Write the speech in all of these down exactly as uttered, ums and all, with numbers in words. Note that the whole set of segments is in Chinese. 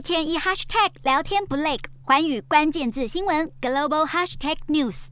天一 hashtag 聊天不累，寰宇关键字新闻 global hashtag news。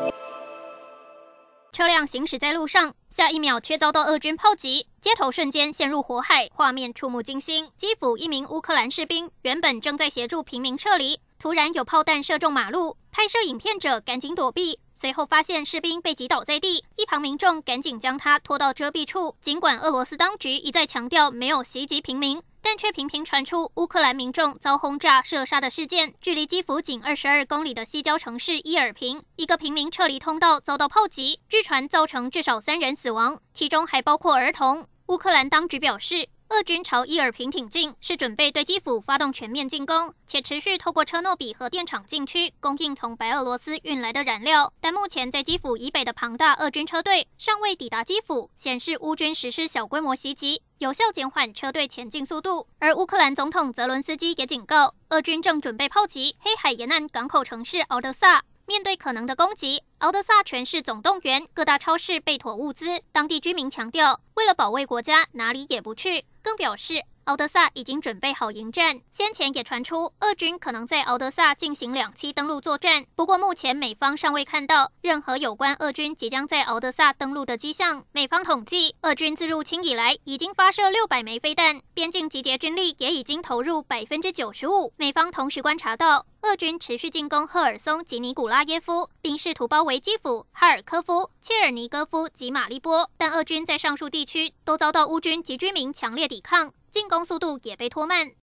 车辆行驶在路上，下一秒却遭到俄军炮击，街头瞬间陷入火海，画面触目惊心。基辅一名乌克兰士兵原本正在协助平民撤离，突然有炮弹射中马路，拍摄影片者赶紧躲避。 随后发现士兵被击倒在地，一旁民众赶紧将他拖到遮蔽处。尽管俄罗斯当局一再强调没有袭击平民，但却频频传出乌克兰民众遭轰炸射杀的事件。距离基辅仅二十二公里的西郊城市伊尔平，一个平民撤离通道遭到炮击，据传造成至少三人死亡，其中还包括儿童。乌克兰当局表示， 俄军朝伊尔平挺进，是准备对基辅发动全面进攻，且持续透过车诺比核电厂禁区供应从白俄罗斯运来的燃料。但目前在基辅以北的庞大俄军车队尚未抵达基辅，显示乌军实施小规模袭击，有效减缓车队前进速度。而乌克兰总统泽伦斯基也警告，俄军正准备炮击黑海沿岸港口城市敖德萨。 面对可能的攻击，敖德萨全市总动员，各大超市备妥物资。当地居民强调，为了保卫国家，哪里也不去。更表示，敖德萨已经准备好迎战。先前也传出，俄军可能在敖德萨进行两栖登陆作战，不过目前美方尚未看到任何有关俄军即将在敖德萨登陆的迹象。美方统计，俄军自入侵以来已经发射六百枚飞弹，边境集结军力也已经投入百分之九十五。美方同时观察到， 俄军持续进攻赫尔松及尼古拉耶夫，并试图包围基辅、哈尔科夫、切尔尼戈夫及马利波，但俄军在上述地区都遭到乌军及居民强烈抵抗，进攻速度也被拖慢。